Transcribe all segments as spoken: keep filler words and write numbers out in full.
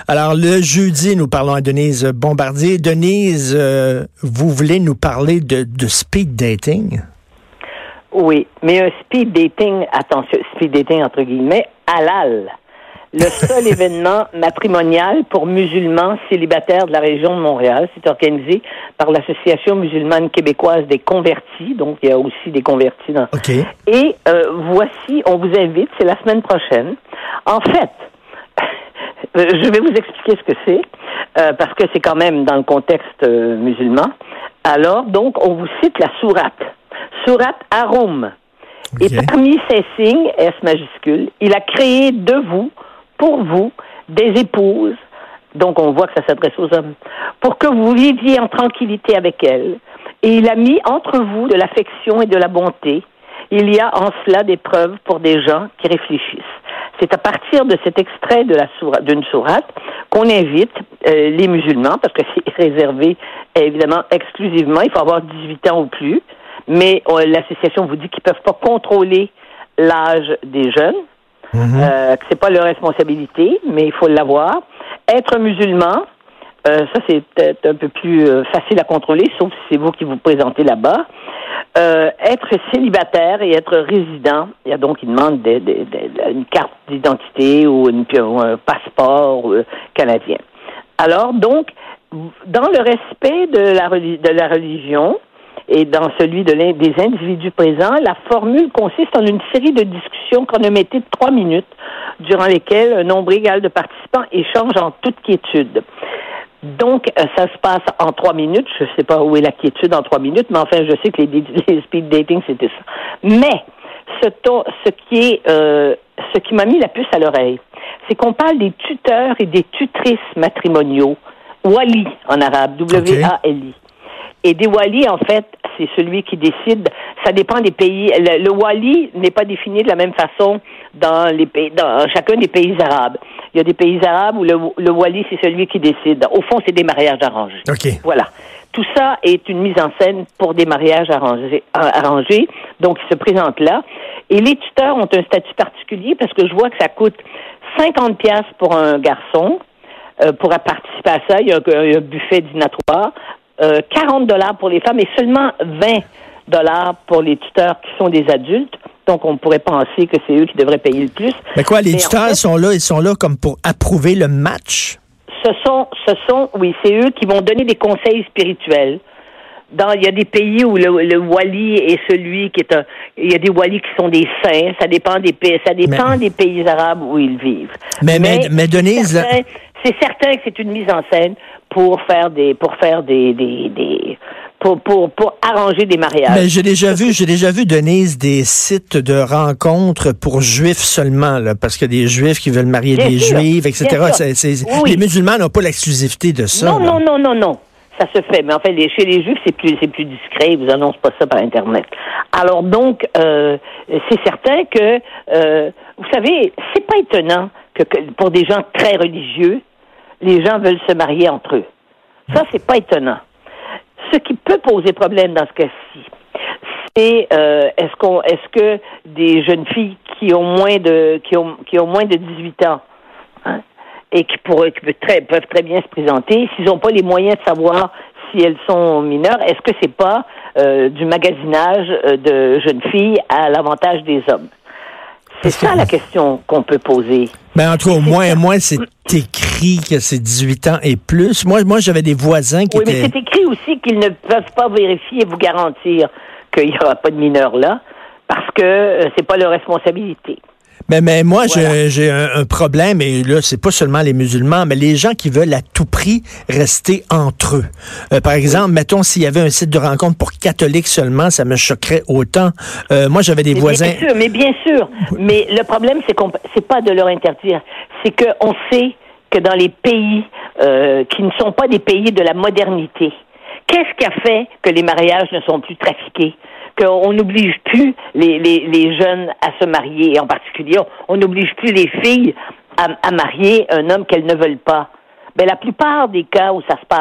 Alors, le jeudi, nous parlons à Denise Bombardier. Denise, euh, vous voulez nous parler de, de speed dating? Oui, mais un speed dating, attention, speed dating entre guillemets, halal. Le seul événement matrimonial pour musulmans célibataires de la région de Montréal. C'est organisé par l'Association musulmane québécoise des convertis. Donc, il y a aussi des convertis dans... OK. Et euh, voici, on vous invite, c'est la semaine prochaine. En fait, je vais vous expliquer ce que c'est, euh, parce que c'est quand même dans le contexte euh, musulman. Alors, donc, on vous cite la sourate. Sourate Arum. Okay. Et parmi ces signes, S majuscule, il a créé de vous, pour vous, des épouses, donc on voit que ça s'adresse aux hommes, pour que vous viviez en tranquillité avec elles. Et il a mis entre vous de l'affection et de la bonté. Il y a en cela des preuves pour des gens qui réfléchissent. C'est à partir de cet extrait de la sourate, d'une sourate qu'on invite euh, les musulmans, parce que c'est réservé évidemment exclusivement, il faut avoir dix-huit ans ou plus, mais euh, l'association vous dit qu'ils ne peuvent pas contrôler l'âge des jeunes, mm-hmm. euh, que c'est pas leur responsabilité, mais il faut l'avoir. Être musulman, euh, ça c'est peut-être un peu plus euh, facile à contrôler, sauf si c'est vous qui vous présentez là-bas. Euh, être célibataire et être résident, il y a donc une demande de, de, de, une carte d'identité ou, une, ou un passeport euh, canadien. Alors donc, dans le respect de la, de la religion et dans celui de des individus présents, la formule consiste en une série de discussions chronométrées de trois minutes, durant lesquelles un nombre égal de participants échangent en toute quiétude. Donc, ça se passe en trois minutes. Je ne sais pas où est la quiétude en trois minutes, mais enfin, je sais que les, les speed dating, c'était ça. Mais, ce, to, ce qui est, euh, ce qui m'a mis la puce à l'oreille, c'est qu'on parle des tuteurs et des tutrices matrimoniaux, wali en arabe, W A L I. Et des walis, en fait, c'est celui qui décide. Ça dépend des pays. Le, le wali n'est pas défini de la même façon dans les pays, dans chacun des pays arabes. Il y a des pays arabes où le, le wali, c'est celui qui décide. Au fond, c'est des mariages arrangés. Okay. Voilà. Tout ça est une mise en scène pour des mariages arrangés. arrangés. Donc, ils se présentent là. Et les tuteurs ont un statut particulier parce que je vois que ça coûte cinquante piastres pour un garçon euh, pour participer à ça. Il y a un, il y a un buffet dînatoire. Euh, quarante dollars pour les femmes et seulement vingt dollars pour les tuteurs qui sont des adultes. Donc, on pourrait penser que c'est eux qui devraient payer le plus. Mais quoi, les Mais tuteurs en fait, sont là, ils sont là comme pour approuver le match? Ce sont, ce sont, oui, c'est eux qui vont donner des conseils spirituels. Dans, il y a des pays où le, le wali est celui qui est un, il y a des walis qui sont des saints. Ça dépend des pays, ça dépend mais, des pays arabes où ils vivent. Mais, mais, mais, mais Denise, c'est certain, c'est certain que c'est une mise en scène pour faire des, pour faire des, des, des pour, pour, pour arranger des mariages. Mais j'ai déjà vu, j'ai déjà vu, Denise, des sites de rencontres pour juifs seulement, là, parce qu'il y a des juifs qui veulent marier bien des sûr, juifs, et cetera. C'est, c'est, oui. Les musulmans n'ont pas l'exclusivité de ça. Non, là. non, non, non, non. Ça se fait, mais en fait, les, chez les Juifs, c'est plus, c'est plus discret. Ils vous annoncent pas ça par Internet. Alors donc, euh, c'est certain que, euh, vous savez, c'est pas étonnant que, que pour des gens très religieux, les gens veulent se marier entre eux. Ça, c'est pas étonnant. Ce qui peut poser problème dans ce cas-ci, c'est euh, est-ce qu'on, est-ce que des jeunes filles qui ont moins de, qui ont, qui ont moins de dix-huit ans, hein, et qui pourraient, qui peuvent très, peuvent très bien se présenter, s'ils n'ont pas les moyens de savoir si elles sont mineures, est-ce que c'est pas euh, du magasinage de jeunes filles à l'avantage des hommes? C'est Parce ça que... la question qu'on peut poser. Ben, en tout cas, au moins, moins, c'est écrit que c'est dix-huit ans et plus. Moi, moi, j'avais des voisins qui oui, étaient... Oui, mais c'est écrit aussi qu'ils ne peuvent pas vérifier et vous garantir qu'il n'y aura pas de mineurs là, parce que euh, c'est pas leur responsabilité. Mais, mais moi, voilà. j'ai, j'ai un, un problème, et là, c'est pas seulement les musulmans, mais les gens qui veulent à tout prix rester entre eux. Euh, par exemple, oui. mettons, s'il y avait un site de rencontre pour catholiques seulement, ça me choquerait autant. Euh, moi, j'avais des mais voisins... Bien sûr, mais bien sûr. Mais le problème, c'est qu'on c'est pas de leur interdire. C'est qu'on sait que dans les pays euh, qui ne sont pas des pays de la modernité, qu'est-ce qui a fait que les mariages ne sont plus trafiqués? Qu'on n'oblige plus les, les, les jeunes à se marier, et en particulier, on n'oblige plus les filles à, à marier un homme qu'elles ne veulent pas. Ben, la plupart des cas où ça se passe,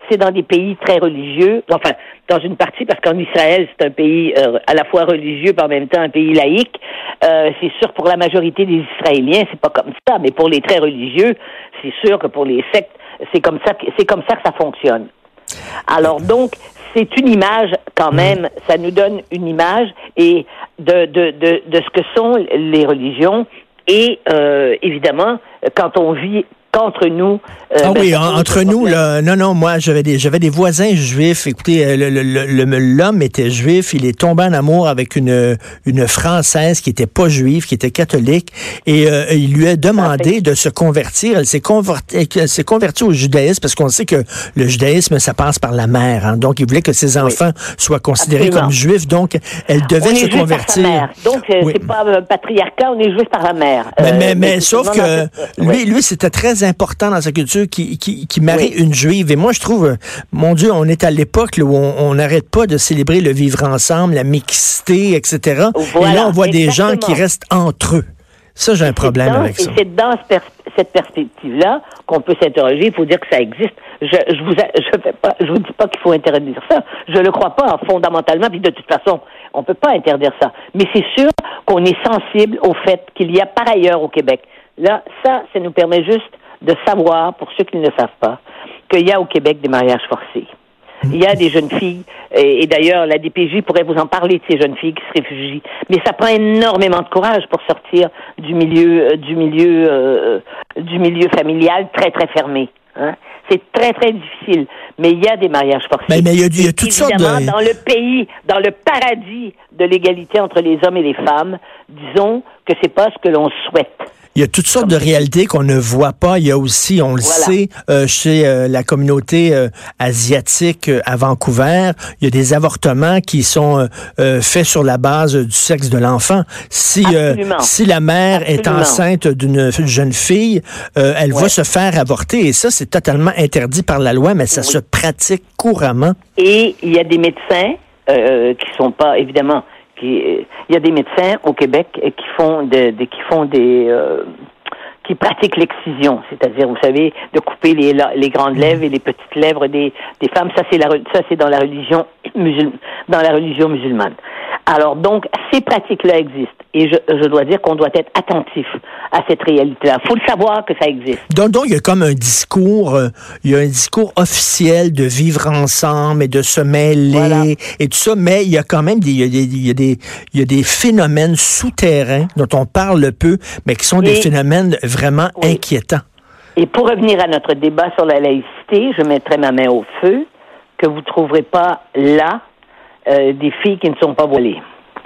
c'est dans des pays très religieux, enfin, dans une partie, parce qu'en Israël, c'est un pays euh, à la fois religieux, mais en même temps un pays laïque. Euh, c'est sûr, pour la majorité des Israéliens, c'est pas comme ça, mais pour les très religieux, c'est sûr que pour les sectes, c'est comme ça, c'est comme ça que ça fonctionne. Alors donc, c'est une image quand même, ça nous donne une image et de de de, de ce que sont les religions et euh, évidemment, quand on vit qu'entre nous. Euh, ah ben, oui, en, entre nous, là, non, non, moi, j'avais des, j'avais des voisins juifs. Écoutez, le, le, le, l'homme était juif, il est tombé en amour avec une, une Française qui était pas juive, qui était catholique, et euh, il lui a demandé de se convertir. Elle s'est convertie, elle s'est convertie au judaïsme parce qu'on sait que le judaïsme, ça passe par la mère. Hein, donc, il voulait que ses enfants oui. soient considérés Absolument. Comme juifs. Donc, elle devait on se convertir. Par sa mère. Donc, oui. c'est pas euh, patriarcat, on est juif par la mère. Mais, euh, mais, mais, mais sauf que lui, oui. lui, c'était très important dans sa culture qui, qui, qui marie oui. une juive. Et moi, je trouve, mon Dieu, on est à l'époque là, où on n'arrête pas de célébrer le vivre ensemble, la mixité, et cetera. Voilà, et là, on voit exactement. Des gens qui restent entre eux. Ça, j'ai un problème dans, avec ça. Et c'est dans ce pers- cette perspective-là qu'on peut s'interroger. Il faut dire que ça existe. Je je vous je fais pas, je vous dis pas qu'il faut interdire ça. Je le crois pas fondamentalement. Puis de toute façon, on peut pas interdire ça. Mais c'est sûr qu'on est sensible au fait qu'il y a par ailleurs au Québec. Là, ça, ça nous permet juste de savoir, pour ceux qui ne le savent pas, qu'il y a au Québec des mariages forcés. Il y a des jeunes filles, et, et d'ailleurs, la D P J pourrait vous en parler de ces jeunes filles qui se réfugient. Mais ça prend énormément de courage pour sortir du milieu, euh, du milieu, euh, du milieu familial très, très fermé. Hein? C'est très, très difficile. Mais il y a des mariages forcés. Mais, mais il y a, il y a toutes sortes de... Évidemment, dans le pays, dans le paradis de l'égalité entre les hommes et les femmes, disons que c'est pas ce que l'on souhaite. Il y a toutes sortes de réalités qu'on ne voit pas. Il y a aussi, on le voilà. sait, euh, chez euh, la communauté euh, asiatique euh, à Vancouver, il y a des avortements qui sont euh, euh, faits sur la base du sexe de l'enfant. Si euh, si la mère Absolument. Est enceinte d'une jeune fille, euh, elle ouais. va se faire avorter. Et ça, c'est totalement interdit par la loi, mais ça oui. se pratique couramment. Et il y a des médecins euh, qui sont pas, évidemment... Il y a des médecins au Québec qui font de, de qui font des euh, qui pratiquent l'excision, c'est-à-dire, vous savez, de couper les les grandes lèvres et les petites lèvres des des femmes. Ça c'est la ça c'est dans la religion musulmane, dans la religion musulmane. Alors donc ces pratiques-là existent et je, je dois dire qu'on doit être attentif à cette réalité-là. Il faut le savoir que ça existe. Donc, donc il y a comme un discours, euh, il y a un discours officiel de vivre ensemble et de se mêler voilà. et tout ça, mais il y a quand même des il y a des il y a des, il y a des phénomènes souterrains dont on parle peu, mais qui sont et, des phénomènes vraiment oui. inquiétants. Et pour revenir à notre débat sur la laïcité, je mettrai ma main au feu que vous trouverez pas là euh, des filles qui ne sont pas voilées.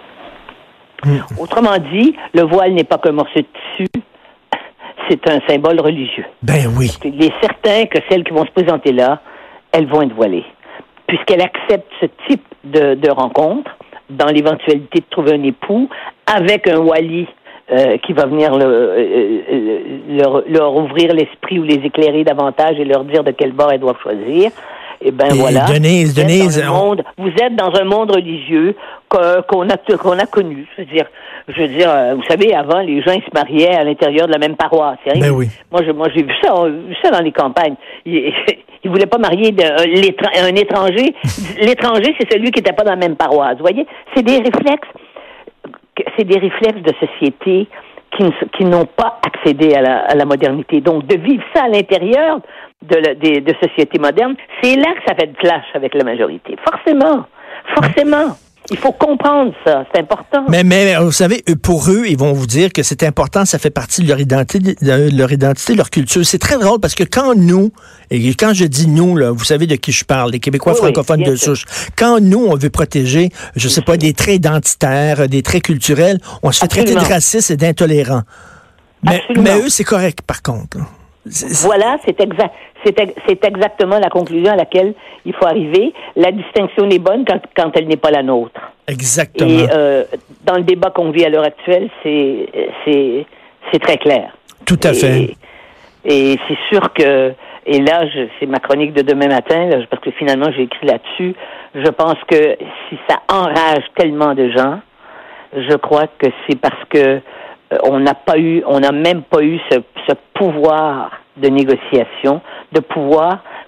Mmh. Autrement dit, le voile n'est pas qu'un morceau de tissu, c'est un symbole religieux. Ben oui. Il est certain que celles qui vont se présenter là, elles vont être voilées, puisqu'elles acceptent ce type de, de rencontre dans l'éventualité de trouver un époux avec un wali euh, qui va venir le, euh, leur, leur ouvrir l'esprit ou les éclairer davantage et leur dire de quel bord elles doivent choisir. Et ben et voilà. Denise, vous, Denise, êtes dans un monde, vous êtes dans un monde religieux qu'on a qu'on a connu. Je veux dire, je veux dire, vous savez, avant les gens ils se mariaient à l'intérieur de la même paroisse. Hein? Ben oui. Moi, je, moi, j'ai vu ça, vu ça dans les campagnes. Ils, ils voulaient pas marier de, un étranger. L'étranger, c'est celui qui n'était pas dans la même paroisse. Vous voyez, c'est des réflexes, c'est des réflexes de société qui, qui n'ont pas accédé à la, à la modernité. Donc, de vivre ça à l'intérieur de, la, de, de sociétés modernes, c'est là que ça fait de clash avec la majorité. Forcément. Forcément. Il faut comprendre ça, c'est important. Mais, mais vous savez, pour eux, ils vont vous dire que c'est important, ça fait partie de leur identité, de leur identité, leur culture. C'est très drôle parce que quand nous, et quand je dis nous, là, vous savez de qui je parle, les Québécois oui, francophones oui, de souche, quand nous, on veut protéger, je sais pas, des traits identitaires, des traits culturels, on se fait Absolument. traiter de racistes et d'intolérants. Mais, mais eux, c'est correct, par contre. C'est, c'est... Voilà, c'est exact. C'est, c'est exactement la conclusion à laquelle il faut arriver. La distinction n'est bonne quand, quand elle n'est pas la nôtre. Exactement. Et euh, dans le débat qu'on vit à l'heure actuelle, c'est, c'est, c'est très clair. Tout à fait. Et, et c'est sûr que, et là, je, c'est ma chronique de demain matin, là, parce que finalement, j'ai écrit là-dessus. Je pense que si ça enrage tellement de gens, je crois que c'est parce que euh, on n'a pas eu, on n'a même pas eu ce, ce pouvoir de négociation, de pouvoir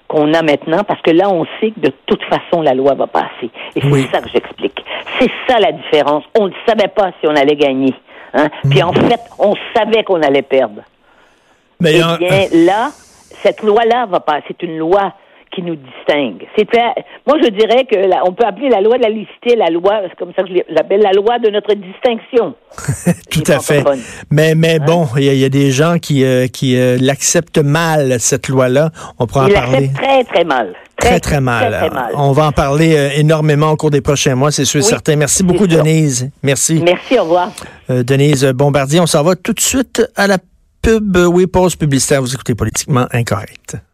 qu'on a maintenant, parce que là, on sait que de toute façon, la loi va passer. Et c'est oui. ça que j'explique. C'est ça la différence. On ne savait pas si on allait gagner. Hein? Mmh. Puis en fait, on savait qu'on allait perdre. Mais eh bien, en... là, cette loi-là va passer. C'est une loi qui nous distingue. C'est moi, je dirais que la, on peut appeler la loi de la laïcité la loi, c'est comme ça que je l'appelle, la loi de notre distinction. Tout à fait. Mais mais hein? bon, il y, y a des gens qui euh, qui euh, l'acceptent mal, cette loi-là. On pourra en parler. Ils l'acceptent très très mal. Très très, très, mal. très, très mal. On va en parler euh, énormément au cours des prochains mois, c'est sûr et oui, certain. Merci beaucoup, Denise. Merci. Merci, au revoir. Euh, Denise Bombardier, on s'en va tout de suite à la pub. Oui, pause publicitaire. Vous écoutez Politiquement Incorrect.